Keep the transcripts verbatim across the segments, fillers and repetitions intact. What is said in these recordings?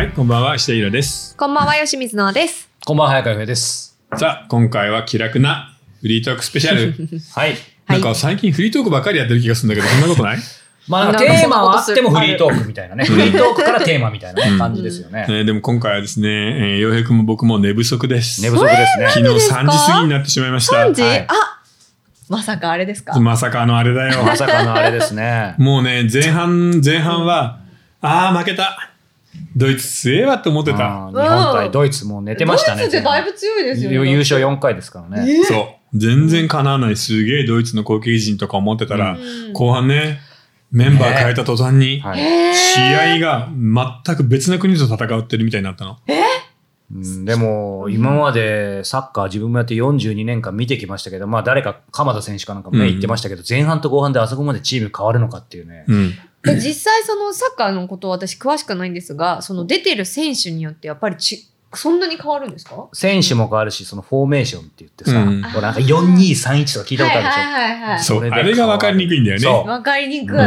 はい、こんばんは、石田ゆらです。 こんばんは、吉水のです。 こんばんは、早川洋平です。 さあ、今回は気楽なフリートークスペシャル。 はい。 なんか最近フリートークばっかりやってる気がするんだけど、そんなことない？ まあ、テーマはあってもフリートークみたいなね。フリートークからテーマみたいな感じですよね。 うん、でも今回はですね、洋平くんも僕も寝不足です。 寝不足ですね。 昨日さんじ過ぎになってしまいました。 さんじ、 はい、 あ、まさかあれですか？ まさかのあれだよ。 まさかのあれですね。 もうね、前半、前半は、あー負けた。ドイツ強えわって思ってた。 日本対ドイツもう寝てましたね。 ドイツってだいぶ強いですよね。 優勝よんかいですからね。 えー、 そう。全然かなわないすげえドイツの攻撃陣とか思ってたら、うん、後半ね、メンバー変えた途端に、試合が全く別な国と戦ってるみたいになったの。 えーうん、でも今までサッカー自分もやってよんじゅうにねんかん見てきましたけど、まあ誰か鎌田選手かなんかもね、うん、言ってましたけど、前半と後半であそこまでチーム変わるのかっていうね。 うん、 で実際そのサッカーのことは私詳しくないんですが、その出てる選手によってやっぱりちそんなに変わるんですか？ 選手も変わるし、そのフォーメーションって言ってさ、うん、なんかよんにさんいちとか聞いたことあるでしょ。 はいはいはいはい、 そう、あれが分かりにくいんだよね。 分かりにくい、うん、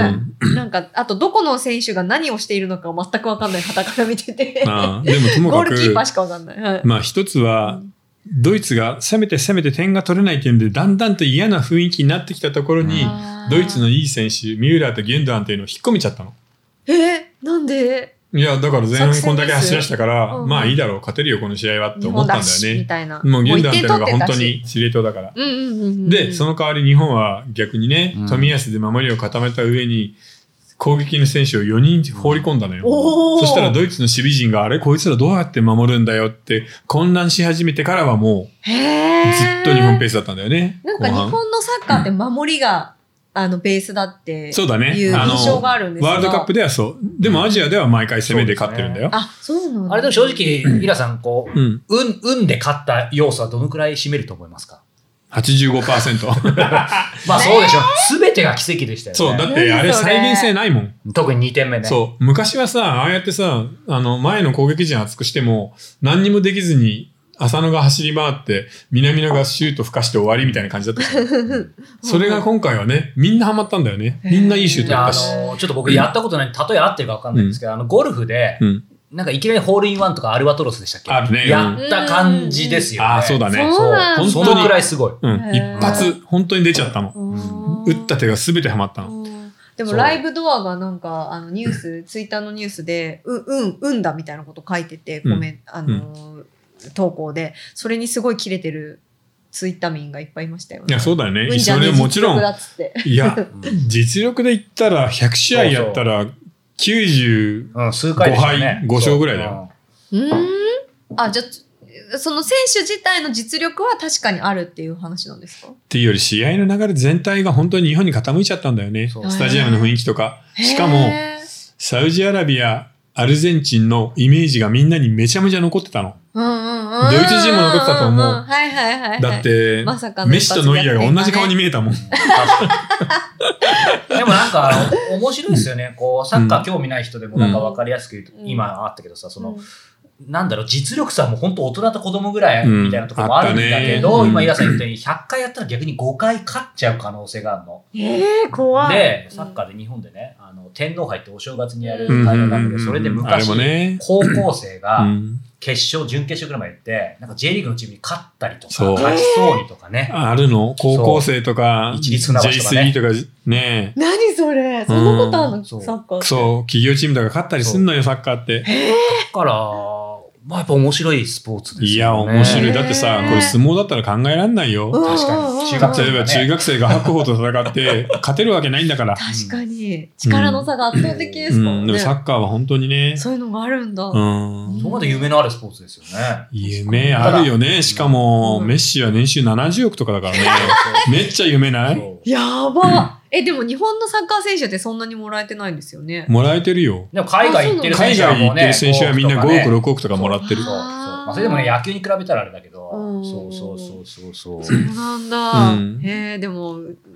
なんかあとどこの選手が何をしているのか全く分かんない、傍から見ててあでもともかくゴールキーパーしか分かんない、はい、 まあ一つは、うんドイツが攻めて攻めて点が取れないっていうんで、だんだんと嫌な雰囲気になってきたところに、ドイツのいい選手、ミューラーとギュンドアンっていうのを引っ込めちゃったの。 えー、なんで？ いや、だから前半こんだけ走らしたから、うん、まあいいだろう、勝てるよ、この試合はって思ったんだよね。 みたいな。 もうギュンドアンっていうのが本当に司令塔だから。 うんうんうんうん、 で、その代わり日本は逆にね、うん、富安で守りを固めた上に、攻撃の選手をよにん放り込んだのよ。そしたらドイツの守備陣があれこいつらどうやって守るんだよって混乱し始めてからはもうずっと日本ペースだったんだよね。 なんか日本のサッカーって守りが、うん、あのベースだっていう印象があるんですが、 ワールドカップではそう。でもアジアでは毎回攻めで勝ってるんだよ。 うん、あ、そうなんだ。 あれでも正直、イラさん、こう、うん、運、運で勝った要素はどのくらい占めると思いますか？ はちじゅうごパーセントまあそうでしょ。すべてが奇跡でしたよね。 そう。だってあれ再現性ないもん。 特ににてんめね。 そう。昔はさ、ああやってさ、あの、前の攻撃陣厚くしても、何にもできずに、浅野が走り回って、南野がシュート吹かして終わりみたいな感じだったじゃん。それが今回はね、みんなハマったんだよね。みんないいシュートだったし。 あの、ちょっと僕やったことない、例え合ってるか分かんないんですけど、うん、あの、ゴルフで、うんなんかいきなりホールインワンとかアルバトロスでしたっけ？ あるね。 やった感じですよね。 ああ、そうだね。 そう。 本当に。 そのくらいすごい。 うん。一発、本当に出ちゃったの。打った手が全てはまったの。 でもライブドアがなんか、あのニュース、ツイッターのニュースで、う、うん、うんだみたいなこと書いてて、コメント、あの、投稿で、それにすごいキレてるツイッター民がいっぱいいましたよね。 いや、そうだよね。 うん、 それもちろん。 いや、実力で言ったら、ひゃくしあいやったら、きゅうじゅうごはい、ご勝ぐらいだよ。 うーんあ、じゃあ、その選手自体の実力は確かにあるっていう話なんですか？ っていうより試合の流れ全体が本当に日本に傾いちゃったんだよね。スタジアムの雰囲気とか。しかも、サウジアラビア、アルゼンチンのイメージがみんなにめちゃめちゃ残ってたの。 うんうんうん、 ドイツ人も残ってたと思う。うんうん、 はいはいはいはい、 だって、ま、メッシとノイアーが同じ顔に見えたもん。 でもなんか面白いですよね。こうサッカー興味ない人でもなんか分かりやすく言うと、うん、今あったけどさ、その、うんなんだろう、実力差も本当大人と子供ぐらいみたいなところもあるんだけど、うん、今、イラさん言ったようにひゃっかいやったら逆にごかい勝っちゃう可能性があるの。 えー、怖い。 で、サッカーで日本でね、あの、天皇杯ってお正月にやる大会なんで、それで昔、ね、高校生が決勝、準決勝ぐらいまで行って、なんか J リーグのチームに勝ったりとか、勝ちそうにとかね。 あるの高校生とか、 一律船橋とかね。 ジェイスリー とかね。 何それそんなことあるの、サッカーって。 そう、企業チームとか勝ったりすんのよ、サッカーって。 だから、まあやっぱ面白いスポーツですよね。 いや、面白い。だってさ、これ相撲だったら考えられないよ。 確かに。 中学生、例えば中学生が白鵬と戦って勝てるわけないんだから。 確かに。力の差が圧倒的ですもんね。うん、 でもサッカーは本当にね。 そういうのがあるんだ。 うん。そこまで夢のあるスポーツですよね。 夢あるよね。しかも、メッシは年収ななじゅうおくとかだからね。めっちゃ夢ない？ やば。え、でも日本のサッカー選手ってそんなにもらえてないんですよね。 もらえてるよ。 でも海外行ってる選手はもうね。 海外行ってる選手はみんなごおく、ろくおくとかもらってる。 まあ、それでもね、野球に比べたらあれだけど、そうそうそうそうそう。 そうなんだ。うん、へえ、でも、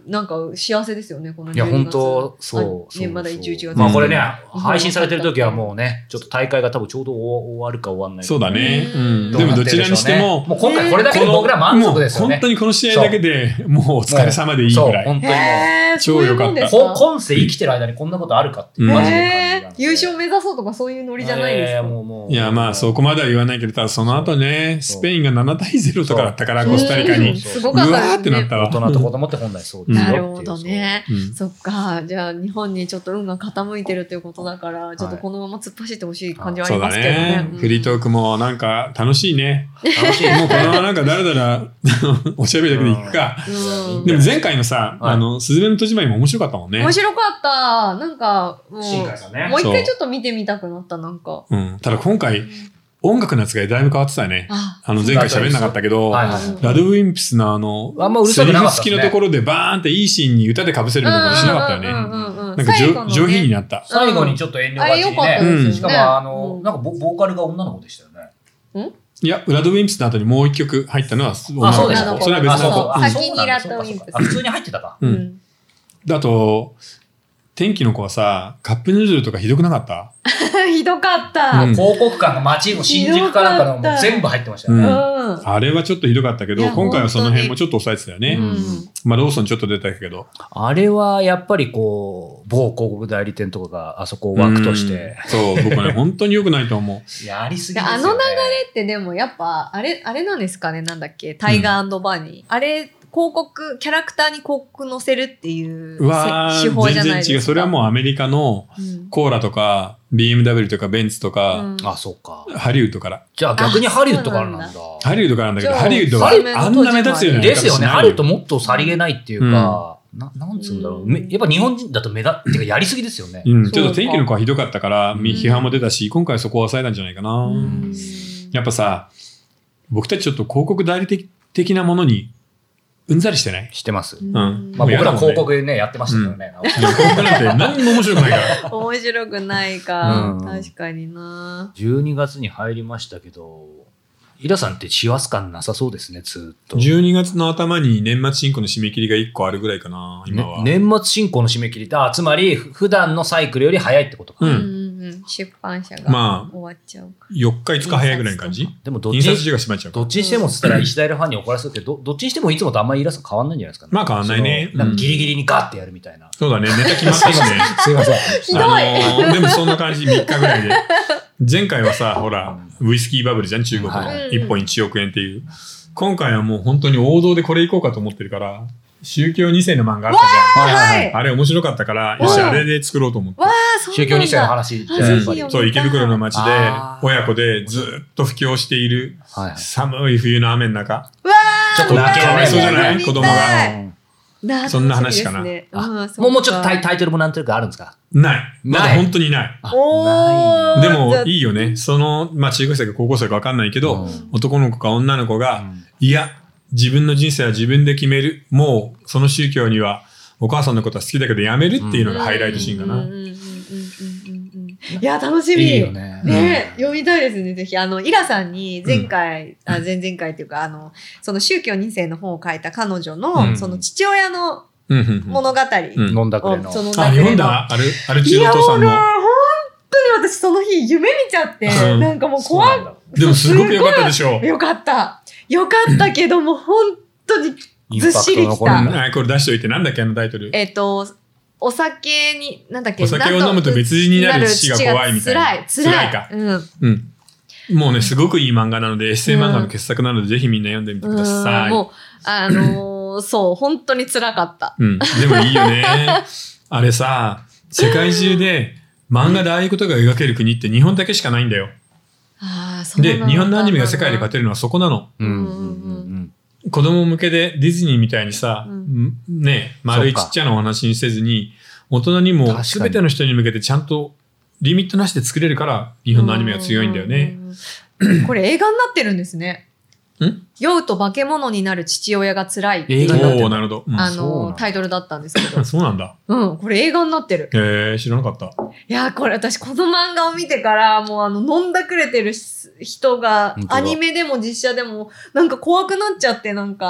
なんか幸せですよね、このいや、 じゅうに本がつ。 当そう。 ね、まだじゅういちがつ。 まあこれね、 うん配信されてる時はもうね、ちょっと大会が多分ちょうど終わるか終わんないか。 そうだね。 ううんん。でもどちらにしても、 もう今回これだけで僕ら満足ですよね。 本当にこの試合だけでもうお疲れ様でいいぐらい。 そう、本当にもう。 へー、 超良かったそういうもんですか。 今世生きてる間にこんなことあるかっていうマジで感じなので。 優勝目指そうとかそういうノリじゃないですか。 もうもういや、まあ、そこまでは言わないけど、ただその後ね、スペインがななたいゼロとかだったから、コスタリカに。 すごかったうわーですね。 ってなったわ。 大人と子供って本来そうですよっていう。 なるほどね。 うんそっか。じゃあ、日本にちょっと運が傾いてるということだから、ちょっとこのまま突っ走ってほしい感じはあそうだりますけどねね。。フリートークもなんか楽しいね。 楽しい。 もうこのままなんかだらだらおしゃべりだけでいくか。 うん。 でも前回のさ、 はいあの、すずめの戸締まりも面白かったもんね。 面白かった。なんか、もう、 新海さんねもう一回ちょっと見てみたくなった、なんか。 うん。ただ今回、音楽の扱いだいぶ変わってたよね。 あ、 あの、前回喋んなかったけど、 はいはいラドウィンプスのあの、 あんまうるさくなかったですねセリフ付きのところでバーンっていいシーンに歌で被せるみたいなことしなかったよね。 うんうんうんうん。 なんか最後のね上上品になった。 最後にちょっと遠慮がちにあれ良かったね。 ですよね。 しかもあのう、んなんかボボーカルが女の子でしたよね。 いや、ラドウィンプスの後にもう一曲入ったのは、 あ、そうでした。 女の子それは別の子。 あそうあうん先にラッドウィンプスあ、普通に入ってたか。 う。 うんん。 だと、天気の子はさ、カップヌードルとかひどくなかった？ ひどかった。 うん広告館が街の新宿かなんかのもう全部入ってましたよね。 うん。 あれはちょっとひどかったけど、 いや今回はその辺もちょっと抑えてたよね。 うんまあ、ローソンちょっと出たけど。 あれはやっぱりこう、某広告代理店とかがあそこを枠として。 うんそう、僕ね、本当に良くないと思う。 やりすぎですよね。 あの流れってでもやっぱ、あれ、あれなんですかね、なんだっけ、タイガーバーニー。あれ、広告、キャラクターに広告載せるっていううわせ手法ー、 じゃないですか。 全然違う。それはもうアメリカのうん、 コーラとか、ビーエムダブリュー とかベンツとか、 うんあ、そうか。 ハリウッドから。 じゃあ逆にハリウッドからなんだ。 ハリウッドからなんだけど、 じゃあハリウッドはハリウッドあんな目立つようなですよね。ハリウッドも。 もっとさりげないっていうか、ななんつうんだろう。めやっぱ日本人だと目立ってかやりすぎですよね。 うん、ちょっと天気の子はひどかったから、 うん批判も出たし、今回はそこを抑えたんじゃないかな。 うんやっぱさ、僕たちちょっと広告代理的なものにうんざりしてない？ してます。 んまあ僕ら広告ね、やってましたけどね。 広告なんて何にも面白くないから。 面白くないか。 うん確かにな。 じゅうにがつに入りましたけど、イラさんって師走感なさそうですね、ずーっと。 じゅうにがつの頭に年末進行の締め切りがいっこあるぐらいかな、今は。 ね年末進行の締め切りって、あ、つまり普段のサイクルより早いってことか。 うんうんうん出版社がまあ終わっちゃうか。 よっかいつか早いぐらいの感じ。 でもどっ印刷ち所が閉まっちゃうから。 どっちにしてもっつったら石平ファンに怒らせるけど、どどっちにしてもいつもとあんまりイラさん変わんないんじゃないですかね。 まあ変わんないねそのなんうんかギリギリにガッてやるみたいな。 そうだね、ネタ決まったしね。 すいません。 ひどいあのーでもそんな感じみっかぐらいで。前回はさ、ほら、ウイスキーバブルじゃん、中国の。 はいいっぽんいちおくえんっていう。今回はもう本当に王道でこれいこうかと思ってるから、宗教に世の漫画あったじゃん。 はいはいあれ面白かったから、よし、あれで作ろうと思って。 わあ、そうなんだ。 宗教に世の話じゃあやっぱり。 ぜひそう、池袋の街であ、ー親子でずっと布教している、 はい寒い冬の雨の中。 わちょっと泣けるねかわいそうじゃない子供が。 うんあ、 そんな話かなあもうもうちょっとタイタイトルもなんとなくあるんですか？ ない。まだない本当にない。 あおないーでもじゃあいいよね。その、まあ中学生か高校生か分かんないけど、 うん男の子か女の子が、 うんいや、自分の人生は自分で決める。もう、その宗教には、お母さんのことは好きだけどやめるっていうのがハイライトシーンかな。 うんうんうんうんうんうんうんいや、楽しみ。 いいよね。 ね、読みたいですね、ぜひ。あの、イラさんに前回、あ前々回っていうか、あの、その宗教に世の本を書いた彼女の、 うんその父親のうんうんうん物語うん飲んだくれの。 そのあ、読んだアル、アルチいや、 ューお父さんの。 もうね、本当に私その日夢見ちゃって、 うんなんかもうそう怖い。 なんだでもすごく良かったでしょ。 よかった。よかったけども、本当にずっしりきインパクト残るんた。 だあ、これ出しといて、なんだっけ、あのタイトル。 えっと、お酒に、なんだっけ、 お酒を飲むと別人になる父が怖いみたいな辛い、辛い。 辛いかうん。 うん。もうね、すごくいい漫画なので、エッセイ漫画の傑作なので、ぜひみんな読んでみてください。 うんもう、あのーそう、本当に辛かった。 うん。でもいいよね。あれさ、世界中で漫画でああいうことが描ける国って日本だけしかないんだよ。 ああ、そうなんで、 だ日本のアニメが世界で勝てるのはそこなの。 うんうんうん子供向けでディズニーみたいにさ、 うんね、丸いちっちゃなお話にせずに、大人にも確かに全ての人に向けてちゃんとリミットなしで作れるから、日本のアニメが強いんだよね。 うんうんうん。これ映画になってるんですね。 ん酔うと化け物になる父親が辛いっていう映画になってるおー、なるほど。うんあそうなんだのタイトルだったんですけど。 そうなんだ。 うん、これ映画になってる。 へえ、知らなかった。 いやー、これ私この漫画を見てから、もうあの、飲んだくれてる人が本、当だアニメでも実写でも、なんか怖くなっちゃって、なんか、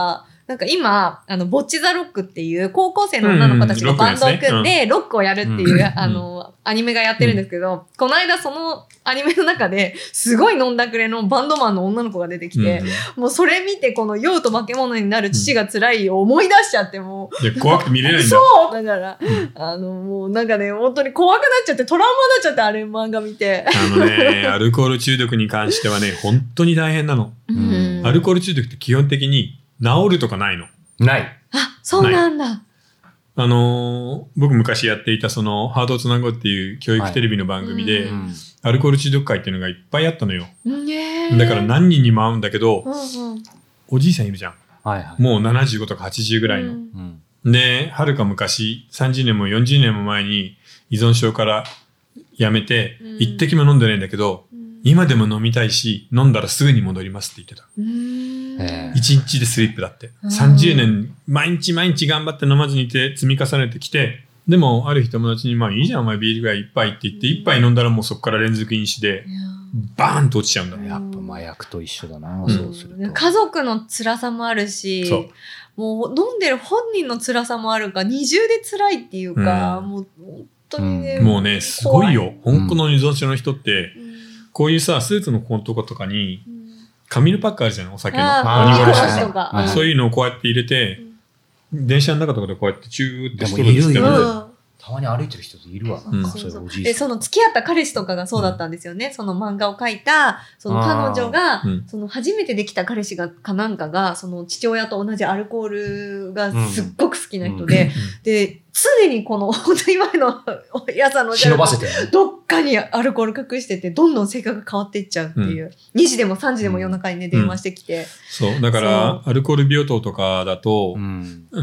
なんか今、あの、ボッチザロックっていう高校生の女の子たちがバンドを組んで、ロックをやるっていう、 うん、 あの、アニメがやってるんですけど、うん、この間そのアニメの中で、すごい飲んだくれのバンドマンの女の子が出てきて、うん、もうそれ見て、この酔うと化け物になる父が辛いを思い出しちゃって、もう。 いや、怖くて見れないんだ。 そうだから、うん、あの、もうなんかね、本当に怖くなっちゃって、トラウマになっちゃって、あれ漫画見て。 あのね、アルコール中毒に関してはね、本当に大変なの。うん、アルコール中毒って基本的に治るとかないの。 ない。 あ、そうなんだ。 あのー、僕昔やっていたそのハートをつなごうっていう教育テレビの番組で、はい、アルコール中毒会っていうのがいっぱいあったのよ。だから何人にも会うんだけど、うんうん、おじいさんいるじゃん。はいはい、もうななじゅうごとかはちじゅうぐらいの。うんうん、で、はるか昔、さんじゅうねんもよんじゅうねんも前に依存症からやめて、うん、一滴も飲んでないんだけど、うん、今でも飲みたいし、飲んだらすぐに戻りますって言ってた。いちにちでスリップだって。さんじゅうねん、毎日毎日頑張って飲まずにいて積み重ねてきて、でもある日友達に、まあいいじゃんお前ビールぐらい一杯って言って、一杯飲んだらもうそこから連続飲酒で、バーンと落ちちゃうんだ。 やっぱ麻薬と一緒だな、うん、そうすると。 家族の辛さもあるし、もう飲んでる本人の辛さもあるから、二重で辛いっていうか、うん、もう本当にね。 うん、もうね、すごいよ。本当の依存症の人って、うん、こういうさ、スーツのこのとことかに、紙のパックあるじゃん、お酒の。鬼殺しとか。そういうのをこうやって入れて、うん、電車の中とかでこうやってチューってストローつってる。 たまに歩いてる人いるわ。 うん、そうそうそう。で、その付き合った彼氏とかがそうだったんですよね。うん、その漫画を描いた、その彼女が、その初めてできた彼氏が、かなんかが、その父親と同じアルコールがすっごく好きな人で、うん、で、常にこの、本当に今のやさの忍ばせて、 どっかにアルコール隠してて、どんどん性格が変わっていっちゃうっていう。うん、にじでもさんじでも夜中にね、電話してきて。 そう。だから、アルコール病棟とかだと、うん、うん、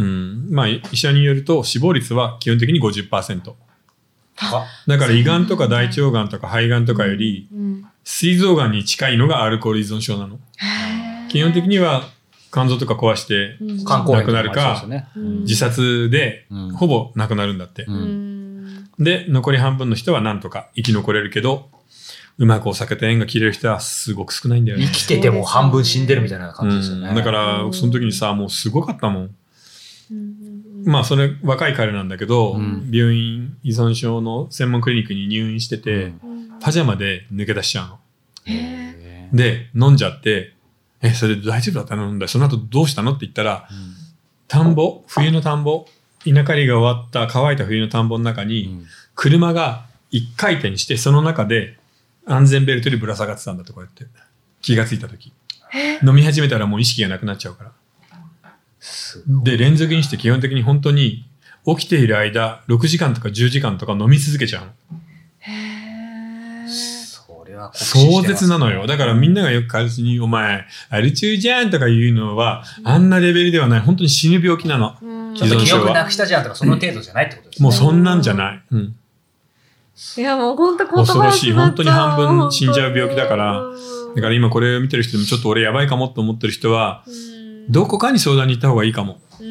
まあ、医者によると死亡率は基本的に ごじゅっパーセント。だから胃がんとか大腸がんとか肺がんとかより、膵臓がんに近いのがアルコール依存症なの。基本的には肝臓とか壊して亡くなるか、自殺でほぼ亡くなるんだって。で、残り半分の人はなんとか生き残れるけど、うまくお酒と縁が切れる人はすごく少ないんだよね。 生きてても半分死んでるみたいな感じですよね。 うん、だから、その時にさ、もうすごかったもん。まあ、それ若い彼なんだけど、うん、病院依存症の専門クリニックに入院してて、うん、パジャマで抜け出しちゃうの。へー。で、飲んじゃって、え、それで大丈夫だったの？飲んだ。その後どうしたのって言ったら、うん、田んぼ、冬の田んぼ、稲刈りが終わった乾いた冬の田んぼの中に、うん、車が一回転して、その中で安全ベルトでぶら下がってたんだとこうやって。気がついた時。飲み始めたらもう意識がなくなっちゃうから。で、連続にして基本的に本当に起きている間、ろくじかんとかじゅうじかんとか飲み続けちゃうの。 へー。 それは壮絶なのよ。だからみんながよく彼氏に、お前、アル中じゃんとか言うのは、あんなレベルではない。本当に死ぬ病気なの。 ちょっと記憶なくしたじゃんとか、その程度じゃないってことですね。 もうそんなんじゃない。うん。 いや、もう本当恐ろしい。本当に半分死んじゃう病気だから。だから今これを見てる人でもちょっと俺やばいかもと思ってる人は、どこかに相談に行った方がいいかも。うん、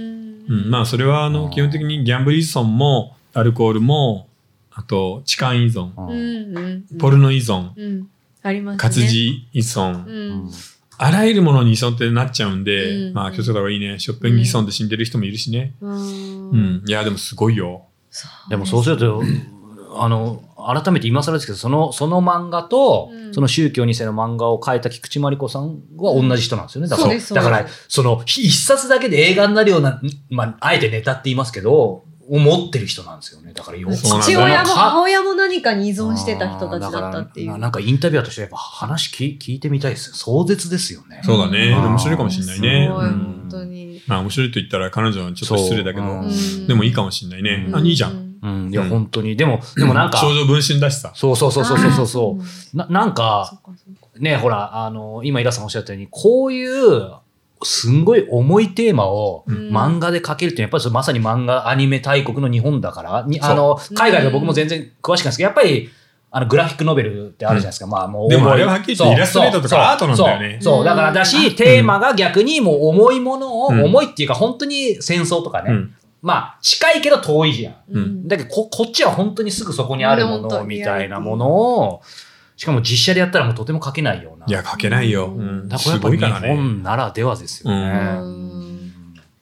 うん、まあそれはあの基本的にギャンブル依存もアルコールもあと痴漢依存、うんうんうん、ポルノ依存、うん、 ありますね、 活字依存、うん、あらゆるものに依存ってなっちゃうんで、うん、まあ気をつけた方がいいね。ショッピング依存で死んでる人もいるしね。うん、うん、いやでもすごいよ。 でもそうするとあの改めて今更ですけど、そのその漫画と、うん、その宗教に世の漫画を描いた菊池真理子さんは同じ人なんですよね。だから、だからその一冊だけで映画になるような、まあ、あえてネタって言いますけど、思ってる人なんですよね。だから父親も母親も何かに依存してた人たちだったっていう。 な, なんかインタビュアーとしてやっぱ話聞聞いてみたいですよ。壮絶ですよね。 そうだね。面白いかもしれないね。 すごい、本当に。 まあ面白いと言ったら彼女はちょっと失礼だけど、でもいいかもしれないね。あ、いいじゃん。 うん、いや、本当に。でも、でもなんか。 少女文春だしさ。 そうそうそうそうそうそう。な、なんか、ね、ほら、あの、今、イラさんおっしゃったように、こういう、すんごい重いテーマを漫画で描けるって、やっぱりまさに漫画、アニメ大国の日本だから、にあの、海外で僕も全然詳しくないですけど、やっぱり、あの、グラフィックノベルってあるじゃないですか。うん、まあもう。 でもあれははっきり言ってイラストレートとかアートなんだよね。 そう。そう。だからだし、テーマが逆にもう重いものを、うん、重いっていうか本当に戦争とかね。うんまあ、近いけど遠いじゃん。うん、だけどこ、こっちは本当にすぐそこにあるものみたいなものを、しかも実写でやったらもうとても描けないような。 いや、描けないよ。 うん、だからやっぱり日本ならではですよね。うん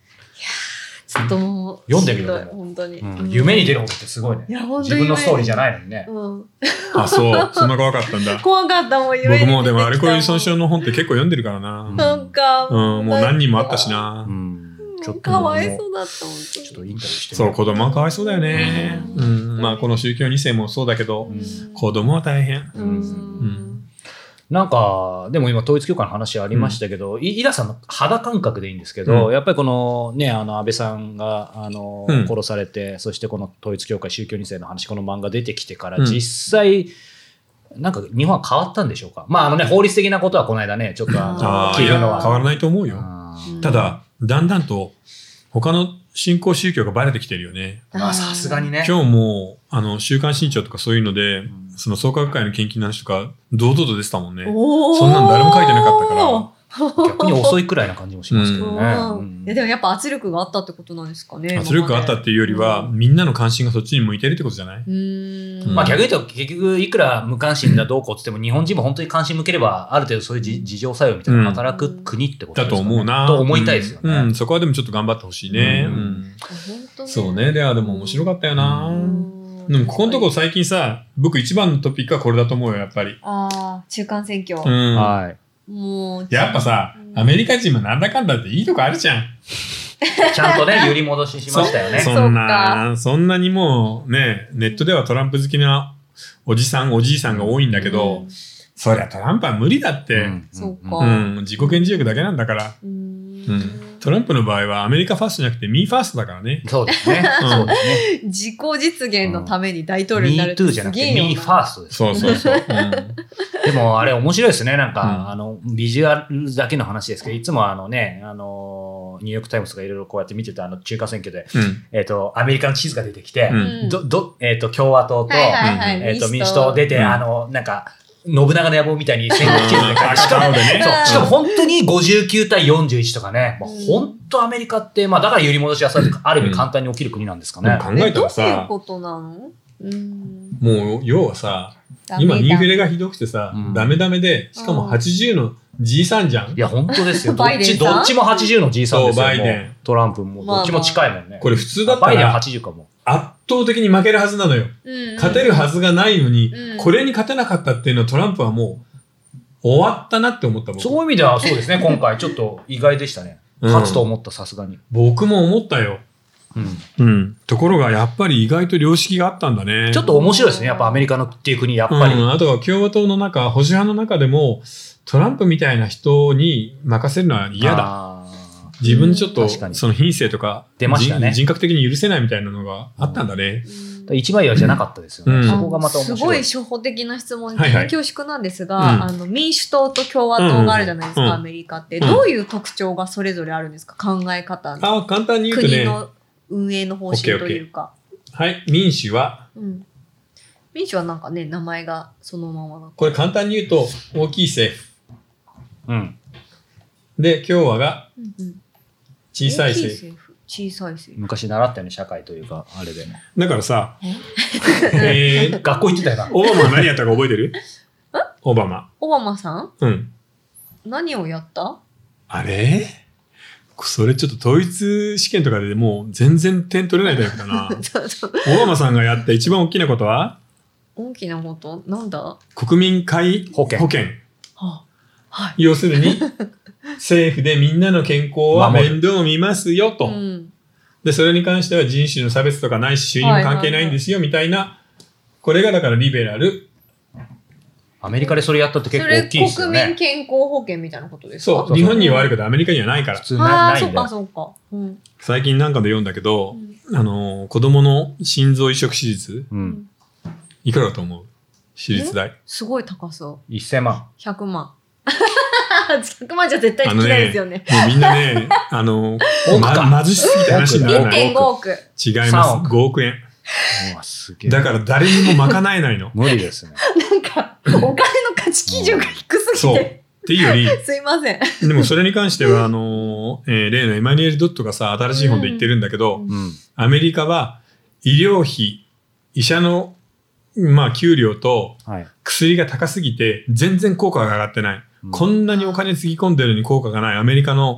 読んでみろしんどい本当に、 うん、夢に出ることってすごいね。 いや本当自分のストーリーじゃないのにね。 うん、 あ、そう。そんな怖かったんだ。 怖かったもん、夢に出てきたもん。 僕もでもアルコール依存症の本って結構読んでるからな。 なんか、 うん、もう何人もあったしな。 うん、 ちょっとかわいそうだった、本当に。 ちょっとインタビューしてそう、子供はかわいそうだよね。うん。まあ、この宗教に世もそうだけど、子供は大変。 うん。うんなんか、でも今統一教会の話ありましたけど、うん、イラさんの肌感覚でいいんですけど、うん、やっぱりこのね、あの安倍さんがあの、うん、殺されて、そしてこの統一教会宗教に世の話、この漫画出てきてから、実際、うん、なんか日本は変わったんでしょうか。まああのね、法律的なことはこの間ね、ちょっとあ聞いたのは変わらないと思うよ。ただ、だんだんと他の新興宗教がバレてきてるよね。 まあさすがにね。 今日も、あの、週刊新潮とかそういうので、うん、その創価学会の献金の話とか、堂々と出てたもんね。そんなの誰も書いてなかったから。 逆に遅いくらいな感じもしますけどね。うんうん、でもやっぱ圧力があったってことなんですかね。 圧力があったっていうよりは、うん、みんなの関心がそっちに向いてるってことじゃない？ うん、まあ逆に言うと結局いくら無関心だどうこうって言っても日本人も本当に関心向ければある程度そういう自情作用みたいな働く国ってことですかね。 だと思うな。 と思いたいですよね。 うんうん、そこはでもちょっと頑張ってほしいね。うんうん、そうね。ではでも面白かったよな。でもここのとこ最近さ、僕一番のトピックはこれだと思うよ、やっぱり。 ああ、中間選挙。 うん、 はい。 もうやっぱさ、アメリカ人もなんだかんだっていいとこあるじゃん。 ちゃんとね、揺り戻ししましたよね。 そ, そんな、そんなにもうね、ネットではトランプ好きなおじさん、おじいさんが多いんだけど、うん、そりゃトランプは無理だって。 そうか。 うん、自己顕示欲だけなんだから。うんうんトランプの場合はアメリカファーストじゃなくてミーファーストだからね。 そうですね。そうですね。 自己実現のために大統領になるってすげえよな。 ミートゥーじゃなくてミーファーストです。 そうそうそう。うん、 でもあれ面白いですね。なんか、うん、あの、ビジュアルだけの話ですけど、いつもあのね、あの、ニューヨークタイムズとかいろいろこうやって見てたあの中間選挙で、うん、えっと、アメリカの地図が出てきて、うん、ど、ど、えっと、共和党と、はいはいはい、えっと、民主党出て、うん、あの、なんか、信長の野望みたいに選挙地図で書いてしかも、ね、しかも本当にごじゅうきゅうたいよんじゅういちとかね、まあ、本当アメリカって、まあだから揺り戻しやすいある意味簡単に起きる国なんですかね。 うん、考えたらさ、 どういうことなの？うん、 もう要はさ、今インフレがひどくてさ、うん、ダメダメで、しかもはちじゅうのじいさんじゃん。 いや本当ですよ。どっち、どっちもはちじゅうのじいさんですよ。 バイデン。 トランプもどっちも近いもんね。まあまあ、 これ普通だったら、 バイデンはちじゅうかも。 圧倒的に負けるはずなのよ。うんうん、勝てるはずがないのに、うん、これに勝てなかったっていうのはトランプはもう、終わったなって思った僕。 そういう意味ではそうですね、今回ちょっと意外でしたね。勝つと思った、さすがに。 僕も思ったよ。うん。うん。ところがやっぱり意外と良識があったんだね。 ちょっと面白いですね、やっぱアメリカのっていう国、やっぱり。 うん。あとは共和党の中、保守派の中でも、トランプみたいな人に任せるのは嫌だ。自分ちょっと、その品性とか、 出ましたね。 人格的に許せないみたいなのがあったんだね。 一枚岩じゃなかったですよね。うん、そこがまた面白い。 すごい初歩的な質問で恐縮なんですが、はいはい、あの民主党と共和党があるじゃないですか、うん、アメリカって、うん。どういう特徴がそれぞれあるんですか、考え方の。 あ、簡単に言うとね。 国の運営の方針というか。 はい、民主は、 うん、民主はなんかね、名前がそのままな。 これ簡単に言うと、大きい政府。うん。で、共和が、小さい政府。 小さい政府。 昔習ったよね、社会というか、あれで。 だからさ、えー、学校行ってたよな。 オバマは何やったか覚えてる？オバマ。 オバマさん？ うん。 何をやった？ あれ？それちょっと統一試験とかでもう全然点取れないタイプだな。そうそう。オバマさんがやった一番大きなことは？ 大きなことなんだ？ 国民皆保険。保険。 はあ、はい。 要するに、政府でみんなの健康は面倒を見ますよと、うん。で、それに関しては人種の差別とかないし、収入も関係ないんですよ、みたいな。これがだからリベラル。 アメリカでそれやったって結構大きいですよね。 それ国民健康保険みたいなことですか？ そう。日本にはあるけどアメリカにはないから。 普通ないんで。 そうか、そうか。うん、 最近なんかで読んだけど、うん、あの、子供の心臓移植手術、うん、いくらだと思う？手術代。 すごい高そう。 せんまん。 ひゃくまん。ひゃくまんじゃ絶対できないですよね。 もうみんなね、あの、ま、貧しすぎて話にならない。 にてんごおく。 違います。ごおくえん。 すげえ。 だから誰にも賄えないの。 無理ですね。 なんか、お金の価値基準が低すぎて。 そう。っていうより、 すいません。 でもそれに関しては、あの、えー、例のエマニュエル・ドットがさ、新しい本で言ってるんだけど、うん、アメリカは医療費、医者の、まあ、給料と薬が高すぎて、全然効果が上がってない。うん、こんなにお金つぎ込んでるのに効果がないアメリカの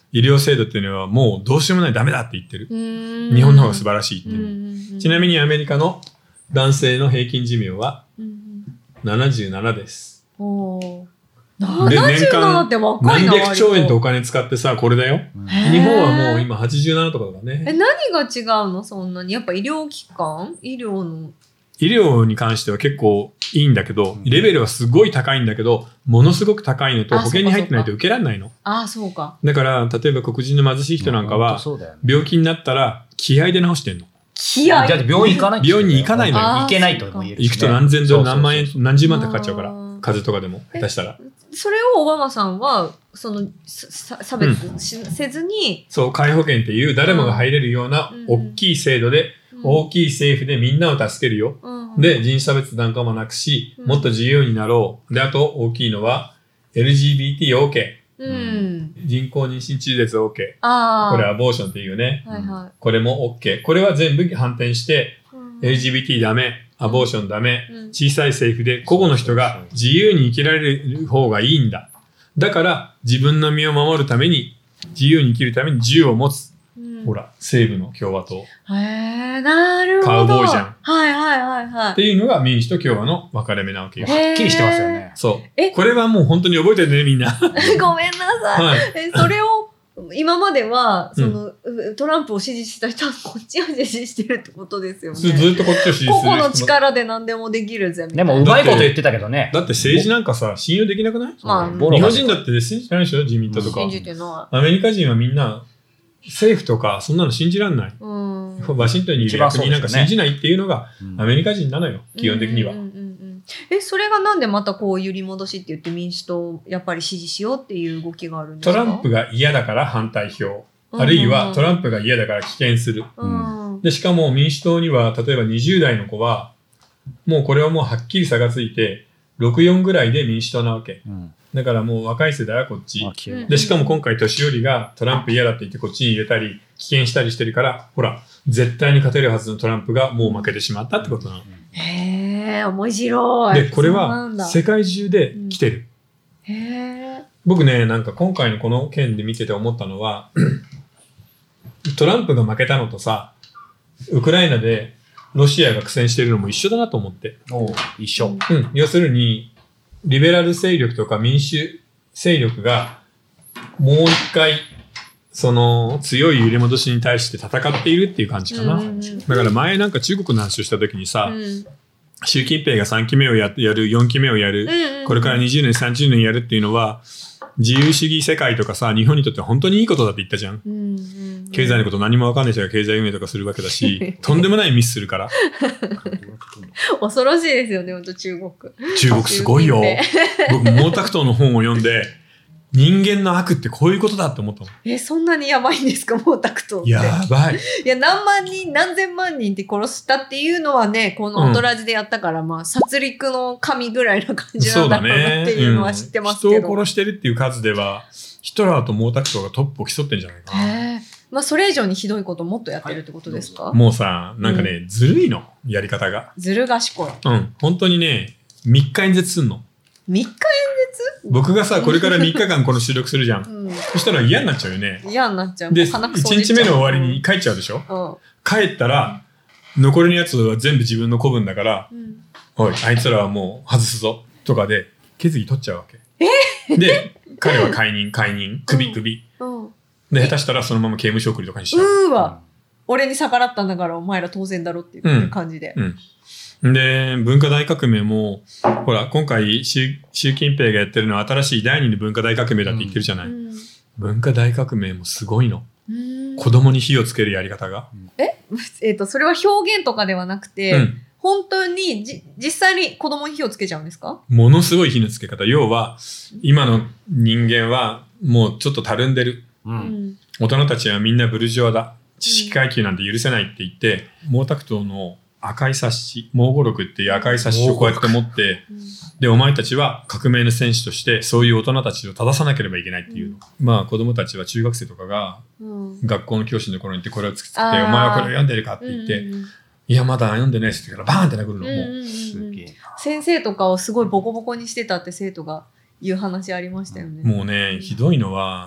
医療制度っていうのはもうどうしようもないダメだって言ってる。 うん日本の方が素晴らしいっていう。 うんうんちなみにアメリカの男性の平均寿命はうんななじゅうななです。 おーでななじゅうななって若いな。 何百兆円とお割金使ってさ、これだよ。 うんへー日本はもう今はちじゅうななとかだからとえ、 ね。 何が違うのそんなに。やっぱ医療機関医療の。 医療に関しては結構いいんだけど、レベルはすごい高いんだけど、ものすごく高いのとあ保険に入ってないと受けられないの。 ああ、そうか。 だから、例えば黒人の貧しい人なんかほはと、そうだよね病気になったら気合で治してんの。 気合だって病院行かないって言ってたよ病院に行かないのよあー行けないとも言えるしね。 行くと何千ドル何万円そうそう何十万ってかかっちゃうからあー風邪とかでも下手したらそれをオバマさんは、その、さ差別しせずに、 そう皆保険っていう誰もが入れるようなうん大きい制度でうん大きい政府でみんなを助けるようんで人種差別なんかもなくしうんもっと自由になろうであと大きいのは エルジービーティーオーケうん。 ー 人工妊娠中絶 OK ああ。 これアボーションっていうねはいはこれも OK これは全部反転してい。うんエルジービーティー ダメアボーションダメうん小さい政府で個々の人が自由に生きられる方がいいんだ。だから自分の身を守るために自由に生きるために銃を持つ。 うんほら、西部の共和党。 へえ、なるほど。 カウボーイじゃんはいはいはいはっていうのが民主と共和の分かれ目なわけよへ。ーはっきりしてますよね。 そうえ。 これはもう本当に覚えてるね、みんな。 い。ごめんなさい。 はい。 え、それを、今までは、その、うトランプを支持した人はこっちを支持してるってことですよね。 ずずっとこっちを支持する個人も。 々の力で何でもできるぜ、みたいな。 でも、うまいこと言ってたけどね。 だって政治なんかさ、信用できなくないまあボロが日本人だって信じてないでしょ自民党とか信。じてなアメリカ人はみんな、政府とかそんなの信じらんない。 い。うん。 ワシントンにいる役人なんか信じないっていうのがアメリカ人なのよ、基本的にはうん。うんうんうんえ、それがなんでまたこう揺り戻しって言って民主党をやっぱり支持しようっていう動きがあるんですか。 トランプが嫌だから反対票。 うんあるいはトランプが嫌だから棄権する。 うん。 で、しかも民主党には、例えばにじゅう代の子は、もうこれはもうはっきり差がついて、ろくじゅうよんぐらいで民主党なわけ。 うん。 だからもう若い世代はこっちあ。消えるで、しかも今回年寄りがトランプ嫌だって言ってこっちに入れたり、棄権したりしてるから、ほら、絶対に勝てるはずのトランプがもう負けてしまったってことなの。 へえ、面白い。 で、これそうなはんだ世界中で来てる。 へえ。 僕ね、なんか今回のこの件で見てて思ったのは、トランプが負けたのとさ、ウクライナでロシアが苦戦してるのも一緒だなと思って。 おう一緒。 うん。要するに、リベラル勢力とか民主勢力がもう一回、その強い揺り戻しに対して戦っているっていう感じかな。 うんうんうんだから前なんか中国の話をした時にさ、 うん習近平がさんきめをややる、よんきめをやる、 うんうんこれからにじゅうねん、さんじゅうねんやるっていうのは、自由主義世界とかさ、日本にとって本当にいいことだって言ったじゃん。 うんうん経済のこと何もわかんない人が経済運営とかするわけだし、とんでもないミスするから。 恐ろしいですよね、本当中国。 中国すごいよ習近。 僕、毛沢東の本を読んで、人間の悪ってこういうことだって思ったの。 え、そんなにやばいんですか、毛沢東って。 やばい。 いや、何万人、何千万人って殺したっていうのはね、このオトラジでやったから、まあ、殺戮の神ぐらいな感じなそうんだだろうなね。 っていうのは知ってますけど。 うん人を殺してるっていう数では、ヒトラーと毛沢東がトップを競ってんじゃないかな。 へえ。まあ、それ以上にひどいこともっとやってるってことですか、 もうさ、なんかね、ずるいの、やり方が。 ずる賢い。 うん、本当にね、みっか演説すんの。 みっか僕がさ、これからみっかかんこの収録するじゃん。 演説そしたら嫌になっちゃうよね。 うん。嫌になっちゃう。 で、 もう鼻くいちにちそ出ちゃうめの終わりに帰っちゃうでしょうん。 帰ったら、残りのやつは全部自分の子分だから、 うん。 おい、あいつらはもう外すぞ、とかで、決議取っちゃうわけ。で、彼は解任、解任、首、首。 うん。 で、下手したらそのまま刑務所送りとかにしちゃう。 うーわ。俺に逆らったんだからお前ら当然だろっていう感じで。 うん。で、文化大革命も、ほら、今回習、習近平がやってるのは新しい第二の文化大革命だって言ってるじゃない。 うん文化大革命もすごいの。 うん子供に火をつけるやり方が。 えっと、それは表現とかではなくて、 うん。 本当にじ実際に子供に火をつけちゃうんですか？ ものすごい火のつけ方。要は、今の人間はもうちょっとたるんでる。 う。 うんん。 大人たちはみんなブルジョワだ。知識階級なんて許せないって言って、毛沢東の赤い冊子、毛語録っていう赤い冊子をこうやって持って、で、お前たちは革命の戦士として、そういう大人たちを正さなければいけないっていうの。まあ、子供たちは中学生とかが、 うん。 学校の教師の頃に行ってこれを突きつけて、おあー前はこれを読んでるかって言って、 うんうんいや、まだ読んでないですって言ったらバーンって殴るの。もう、 うんうんうんうんすげえ。 先生とかをすごいボコボコにしてたって生徒が言う話ありましたよね。 もうね、ひどいのは、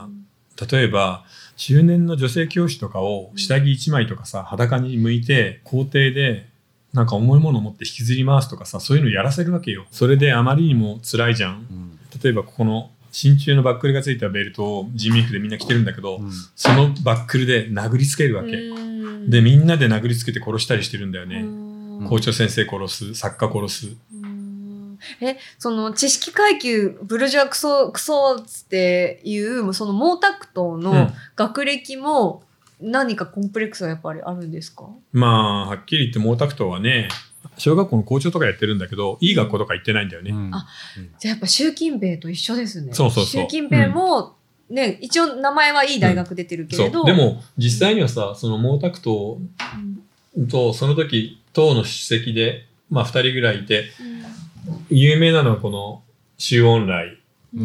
例えば中年の女性教師とかを下着いちまいとかさ裸に向いて校庭でなんか重いものを持って引きずり回すとかさ、そういうのやらせるわけよ。それであまりにも辛いじゃん、うん、例えばここの真鍮のバックルがついたベルトを人民服でみんな着てるんだけど、うん、そのバックルで殴りつけるわけで、みんなで殴りつけて殺したりしてるんだよね。校長先生殺す、作家殺す。 え、その知識階級ブルジョアクソクソっていうその毛沢東の学歴も何かコンプレックスがやっぱりあるんですか？ まあはっきり言って毛沢東はね、小学校の校長とかやってるんだけど、いい学校とか行ってないんだよね。うん、 あ、じゃあやっぱ習近平と一緒ですね。 そうそうそう。 習近平も、ね、うん、一応名前はいい大学出てるけれど、 うん、でも実際にはさ、その毛沢東とその時党の主席でまあふたりぐらいいて、うん、有名なのはこの周恩来、うん、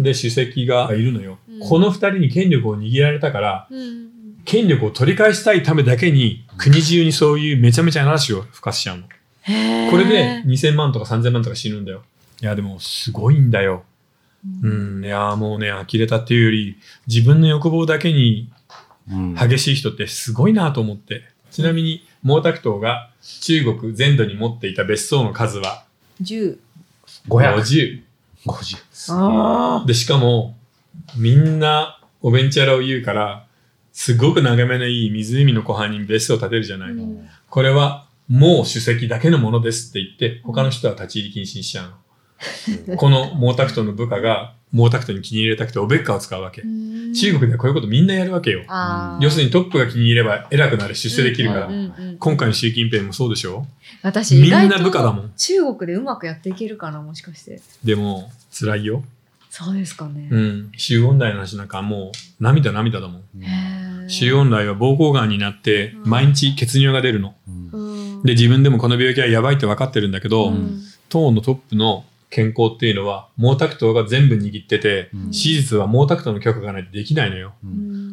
で主席がいるのよ。うん、このふたりに権力を握られたから。うん、権力を取り返したいためだけに国中にそういうめちゃめちゃな話を吹かしちゃうの。これでにせんまんとかさんぜんまんとか死ぬんだよ。いやでもすごいんだよ。うん、うん、いやもうね呆れたっていうより自分の欲望だけに激しい人ってすごいなと思って。ちなみに毛沢東が中国全土に持っていた別荘の数はじゅう。 ごひゃく。ごじゅう。 ごじゅう。 あでしかもみんなおべんちゃらを言うから。すごく眺めのいい湖の湖畔に別荘を建てるじゃない、うん、これはもう主席だけのものですって言って他の人は立ち入り禁止にしちゃうの、うん、この毛沢東の部下が毛沢東に気に入れたくておべっかを使うわけ、うん、中国ではこういうことみんなやるわけよ。要するにトップが気に入れば偉くなれ出世できるから、うんうんうんうん、今回の習近平もそうでしょ。 私意外と中国でうまくやっていけるかなもしかして。 でも辛いよ。 そうですかね。 うん。周恩来の話なんかもう涙涙だもん。周恩来は膀胱がんになって毎日血尿が出るの、うん、で自分でもこの病気はやばいって分かってるんだけど、うん、党のトップの健康っていうのは毛沢東が全部握ってて、うん、手術は毛沢東の許可がないとできないのよ、うん、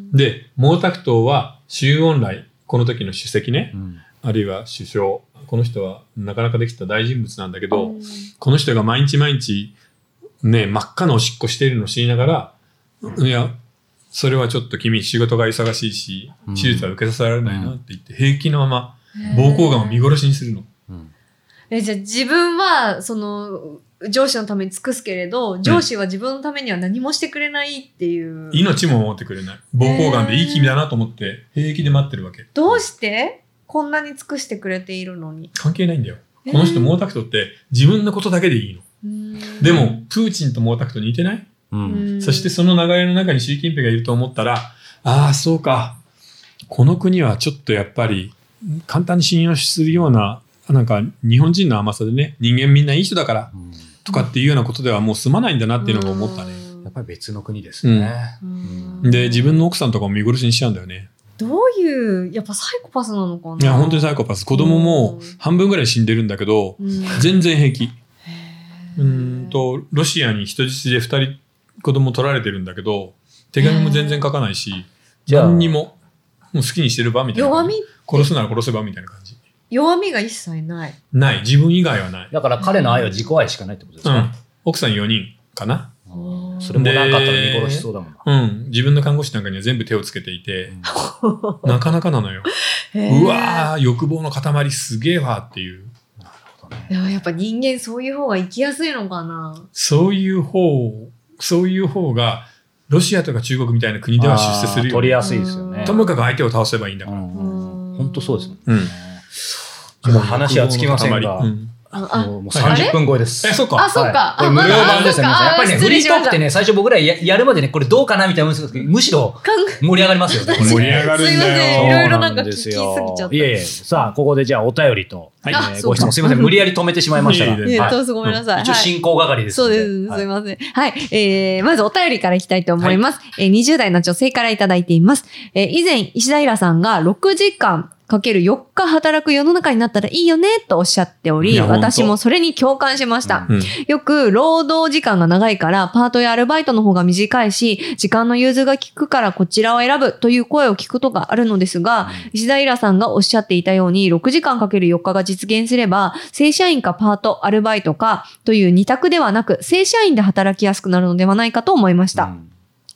で毛沢東は周恩来この時の主席ね、うん、あるいは首相この人はなかなかできた大人物なんだけど、うん、この人が毎日毎日ね真っ赤なおしっこしているのを知りながら、うん、いやそれはちょっと君仕事が忙しいし手術は受けさせられないなって言って平気のまま膀胱がんを見殺しにするの、うん、 えじゃあ自分はその上司のために尽くすけれど上司は自分のためには何もしてくれないっていう、うん、 命も守ってくれない膀胱がんでいい君だなと思って平気で待ってるわけ。 どうしてこんなに尽くしてくれているのに。 関係ないんだよ。この人毛沢東って自分のことだけでいいの。でもプーチンと毛沢東似てない？うん、そしてその流れの中に習近平がいると思ったら、ああそうかこの国はちょっとやっぱり簡単に信用するようななんか日本人の甘さでね人間みんないい人だから、うん、とかっていうようなことではもう済まないんだなっていうのが思ったね。 やっぱり別の国ですね、 うんうん、で自分の奥さんとかも見殺しにしちゃうんだよね。 どういうやっぱサイコパスなのかな。 いや本当にサイコパス。子供も半分ぐらい死んでるんだけど、うん、全然平気。うんとロシアに人質でふたり子供取られてるんだけど手紙も全然書かないし何にももう好きにしてるばみたいな。 弱み殺すなら殺せばみたいな感じ。 弱みが一切ない。 ない自分以外はない。 だから彼の愛は自己愛しかないってことですか、うん、 奥さんよにんかな。 それも何かあったら見殺しそうだもんな。 うん、自分の看護師なんかには全部手をつけていて、うん、なかなかなのよ。うわー欲望の塊すげえわっていう。 なるほどね。でもやっぱ人間そういう方が生きやすいのかな。 そういう方そういう方がロシアとか中国みたいな国では出世するよ。 取りやすいですよね。 ともかく相手を倒せばいいんだから。 本当そうですね。 うん。 話はつきませんが。うんあもうさんじゅっぷん超えです。 え、そうか。 あ、そうか。 これ無料版ですよね。やっぱりね、フリートークってね、最初僕ら や, やるまでね、これどうかなみたいな思うんですけど、むしろ盛り上がりますよね。 盛り上がるんだよ。 いろいろなんか聞きすぎちゃった。 いえいえ、さあ、ここでじゃあお便りと、はいえー、ご質問すいません。無理やり止めてしまいましたが。 いや、どうぞごめんなさい。 一応進行係です。 そうです。すいません。はい。えー、まずお便りからいきたいと思います。えー、にじゅう代の女性からいただいています。えー、以前、石平さんがろくじかん、かけるよっか働く世の中になったらいいよねとおっしゃっており、私もそれに共感しました、うん。よく労働時間が長いからパートやアルバイトの方が短いし、時間の融通が利くからこちらを選ぶという声を聞くことがあるのですが、うん、石平さんがおっしゃっていたようにろくじかんかけるよっかが実現すれば、正社員かパート、アルバイトかという二択ではなく、正社員で働きやすくなるのではないかと思いました。うん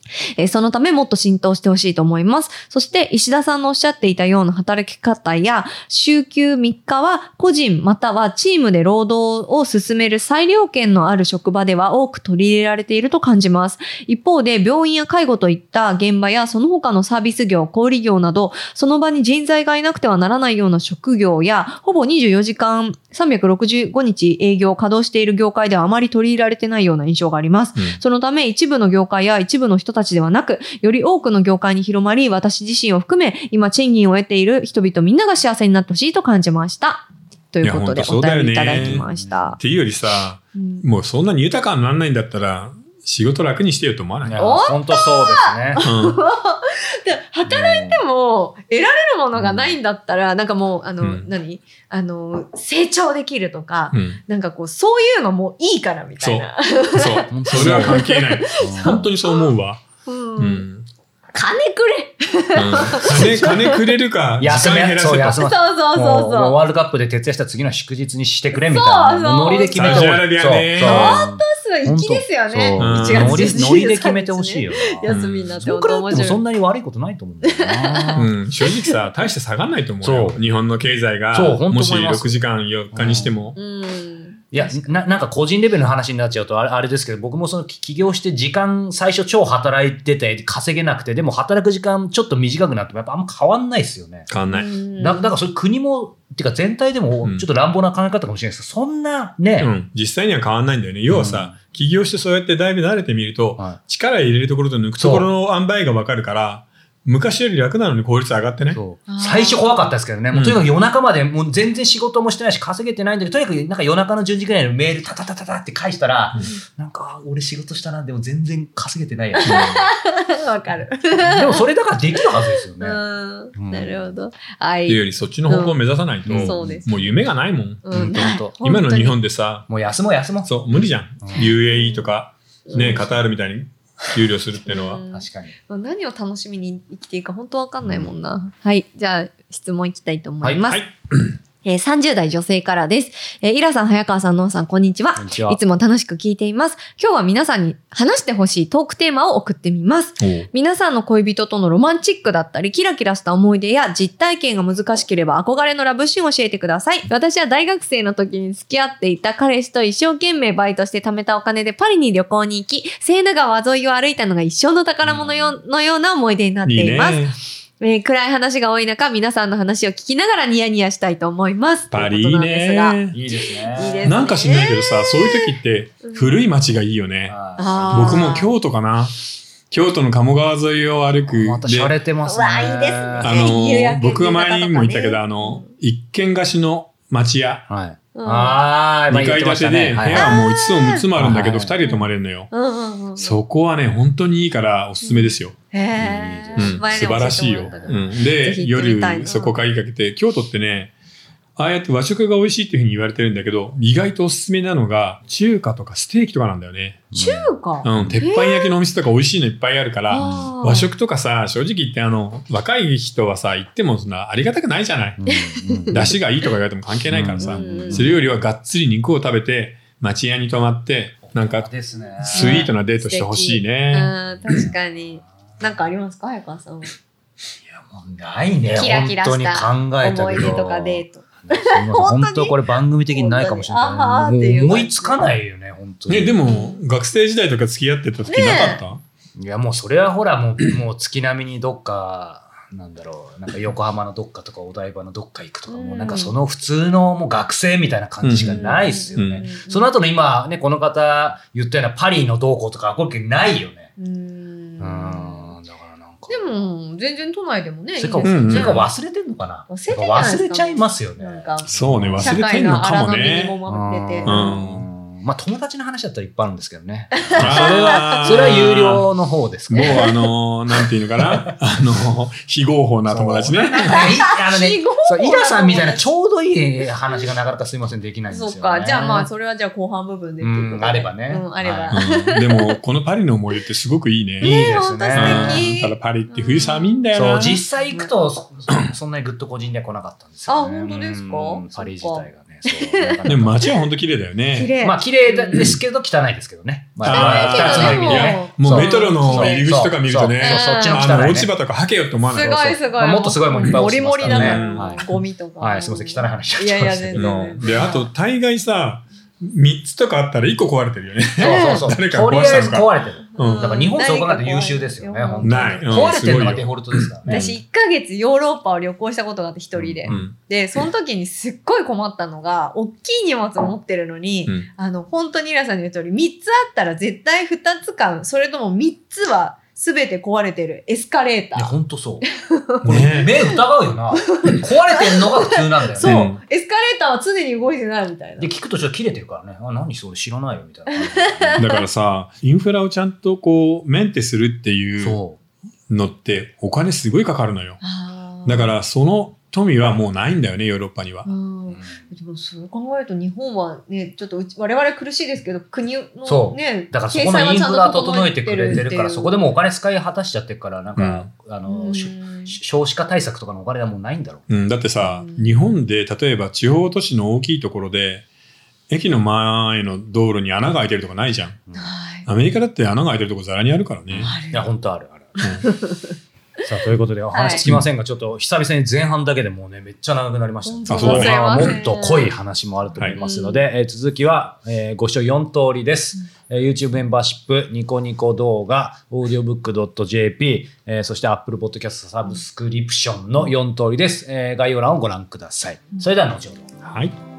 えーそのためもっと浸透してほしいと思います。そして石田さんのおっしゃっていたような働き方や週休みっかは個人またはチームで労働を進める裁量権のある職場では多く取り入れられていると感じます。一方で病院や介護といった現場やその他のサービス業、小売業などその場に人材がいなくてはならないような職業やほぼにじゅうよじかんさんびゃくろくじゅうごにち営業稼働している業界ではあまり取り入れられてないような印象があります。 うんそのため一部の業界や一部の人たちではなく、より多くの業界に広まり、私自身を含め、今賃金を得ている人々みんなが幸せになってほしいと感じました。ということでお便りいただきました。 っていうよりさ、 うんもうそんなに豊かにならないんだったら、仕事楽にしてよと思わない？ いや本当そうですね。 うんで働いても得られるものがないんだったら、なんかもう、あの、 うん何あの、成長できるとか、 うんなんかこう、そういうのもういいからみたいな。 そう。それは関係ない。本当にそう思うわ。 うんうん金くれうん金、金くれるか、時休め間減らせと。 そう休まそうそうそうもうもうそう。 ワールドカップで徹夜した次の祝日にしてくれみたいな。 そうそうもうノリで決めてほしい。 サウジアラビアねそうそうそう、粋ですよね。 本当いちがつノリじゅうにノリで決めてほしいよな。 休みになってそこからや面白い。 ってもそんなに悪いことないと思うんだよな。 うん、正直さ、大して下がんないと思うよ。 そう日本の経済が、 そう本当思いもしますろくじかんよっかにしても。 うん。 いやな、なんか個人レベルの話になっちゃうとあれあれですけど、僕もその起業して時間最初超働いてて稼げなくて、でも働く時間ちょっと短くなってもやっぱあんま変わんないですよね。 変わんない。 うんだだからそれ国も、っていうか全体でもうんちょっと乱暴な考え方かもしれないですけど、そんなね、 うん。実際には変わんないんだよね。要はさ、起業してそうやってだいぶ慣れてみると、 は力入れるところと抜くところの塩梅がわかるから、昔より楽なのに効率上がってね。 そうあー最初怖かったですけどね、もううんとにかく夜中までもう全然仕事もしてないし稼げてないんだけど、とにかくなんか夜中のじゅうじぐらいのメールタタタタタって返したら、 うんなんかあ俺仕事したな、でも全然稼げてないやわかる。 でもそれだからできるはずですよね。 うん。なるほど。はい。 っていうよりそっちの方向を目指さないと、 うんそうですもう夢がないもん。 うん本当本当今の日本でさ、 もう休もう休もう。 そう、無理じゃん。 うんユーエーイー とか、ね、 うんカタールみたいに給料するっていうのは。 うん確かに。 何を楽しみに生きていいか本当わかんないもんな。はい。じゃあ、質問いきたいと思います。 はい。 えーさんじゅう代女性からです。えーイラさん、早川さん、ノンさん、こんにちは。 こんにちは。 いつも楽しく聞いています。今日は皆さんに話してほしいトークテーマを送ってみます。 おう皆さんの恋人とのロマンチックだったり、キラキラした思い出や実体験が難しければ憧れのラブシーンを教えてください。私は大学生の時に付き合っていた彼氏と一生懸命バイトして貯めたお金でパリに旅行に行き、セーヌ川沿いを歩いたのが一生の宝物よのような思い出になっていいいます。 ね。 えー暗い話が多い中、皆さんの話を聞きながらニヤニヤしたいと思います。 パリいいということなんですがね。 いいですね。 いいですねなんか知んないけどさ、そういう時って古い街がいいよね。 あー僕も京都かな。京都の鴨川沿いを歩く。 また洒落てますね。 うわいいですねあ夕焼けの、僕が前にも言ったけど、 夕方とかねあの、一軒貸しの町屋。 はい。 うんああ、 二階建てで、部屋はもういつつもむっつもあるんだけど、 はい二人で泊まれるのよ。 うんうんうん。 そこはね、本当にいいからおすすめですよ。 へーうん、素晴らしいよ。うん、で、 ぜひ行ってみたい夜なそこ鍵かけて、京都ってね、ああやって和食が美味しいっていうふうに言われてるんだけど、意外とおすすめなのが、中華とかステーキとかなんだよね。 中華うん、鉄板焼きのお店とか美味しいのいっぱいあるから、 あー和食とかさ、正直言ってあの、若い人はさ、行ってもそんなありがたくないじゃない。 うん出汁がいいとか言われても関係ないからさ、 うんそれよりはがっつり肉を食べて、町屋に泊まって、なんか、 ですね。 スイートなデートしてほしいね。 うん、確かに。なんかありますか早川さんは。 もうないね。 キラキラした本当に考えたけど。 思い出とかデート。 すいません本当これ番組的にないかもしれ本当にあーない。 っていうもう思いつかないよね、本当に。 ね、でも、学生時代とか付き合ってた時なかった、 いや、もうそれはほら、もう、もう月並みにどっか、なんだろう、なんか横浜のどっかとかお台場のどっか行くとか、 うんもうなんかその普通のもう学生みたいな感じしかないっすよね。 うんその後の今、ね、この方言ったようなパリのどうこうとか、これないよね。 うん。 うん。だからなんか。 でも、全然都内でもね。 それか、 いいですよねうんそれか忘れてんのかな。 忘れてんじゃないですか忘れちゃいますよね。 なんか、 そうね、忘社れて会のんのかも荒波にね。 も回ってて。 うんまあ友達の話だったらいっぱいあるんですけどね。 それそれは、それは有料の方ですかもうら。 あのー、なんていうのかなあのー、非合法な友達ね。 そうなんかいあのね非合法なそうイラさんみたいなちょうどいい話がなかなかすいませんできないんですよ、ね。 そっか。じゃあまあ、それはじゃあ後半部分でっていうことでうんあればねうん、あれば。 はうんでも、このパリの思い出ってすごくいいね。 いいですね。 ね本当素敵うんただパリって冬寒いんだよな。 そう、実際行くと、そそんなにグッと個人では来なかったんですよね。 あ本当ですかうんパリ自体がね。 そうなんかでも街は本当綺麗だよね。 綺麗。 まあ綺麗ですけど汚いですけどね。まあ、 あー二つの意味でね。 もうメトロの入り口とか見るとね、 そうそうそっちの汚いねあの落ち葉とかはけよって思わない。 すごいすごい。 まあもっとすごいもんいっぱいも落ちてますりもりだからねな、 はいゴミとか。 はい、すみません、汚い話しちゃいやいや、 いましたけ全ど。 然。 で、あと大概さ、みっつとかあったらいっこ壊れてるよね。 そうそうそう。 誰かとりあえず壊したのか。 壊れてる。 うんだから日本そう考えると優秀ですよね、本当に。 ないうん壊れてるのがデフォルトですからね。 私、いっかげつヨーロッパを旅行したことがあって一人で。 うんで、その時にすっごい困ったのが、大きい荷物を持ってるのに、 うんあの、本当にイラさんの言う通り、みっつあったら絶対ふたつ買う。それともみっつは全て壊れてるエスカレータいや、 ー。 ほんとそう。これね目疑うよな。壊れてんのが普通なんだよそう、 ね。 うんエスカレーターは常に動いてないみたいなで、。聞くとちょっと切れてるからね。あ、何それ知らないよ、みたいな感じだね。 だからさ、インフラをちゃんとこう、メンテするっていうそう。 のってお金すごいかかるのよ。 あーだからその富はもうないんだよね、ヨーロッパにはう。ん、でもそう考えると日本はねちょっとうち我々苦しいですけど国そうのねだからそこのインフラ整えてくれてるから、そこでもうお金使い果たしちゃってるから、なんか、あの、し少子化対策とかのお金はもうないんだろう。 うん、だってさ、 うん日本で例えば地方都市の大きいところで、駅の前の道路に穴が開いてるとかないじゃん。 うんはいアメリカだって穴が開いてるとこざらにあるからね。 あるいや、本当あるある。さあ、ということで、お話つきませんが、ちょっと久々に前半だけでもうね、めっちゃ長くなりました。 本当あそうだね後半はもっと濃い話もあると思いますので、えー続きは、えーご視聴よん通りです。えー YouTube メンバーシップ、ニコニコ動画、オーディオブックドットジェーピー、えーそして Apple Podcast サブスクリプションのよん通りです。えー概要欄をご覧ください。それでは後ほど。 はい。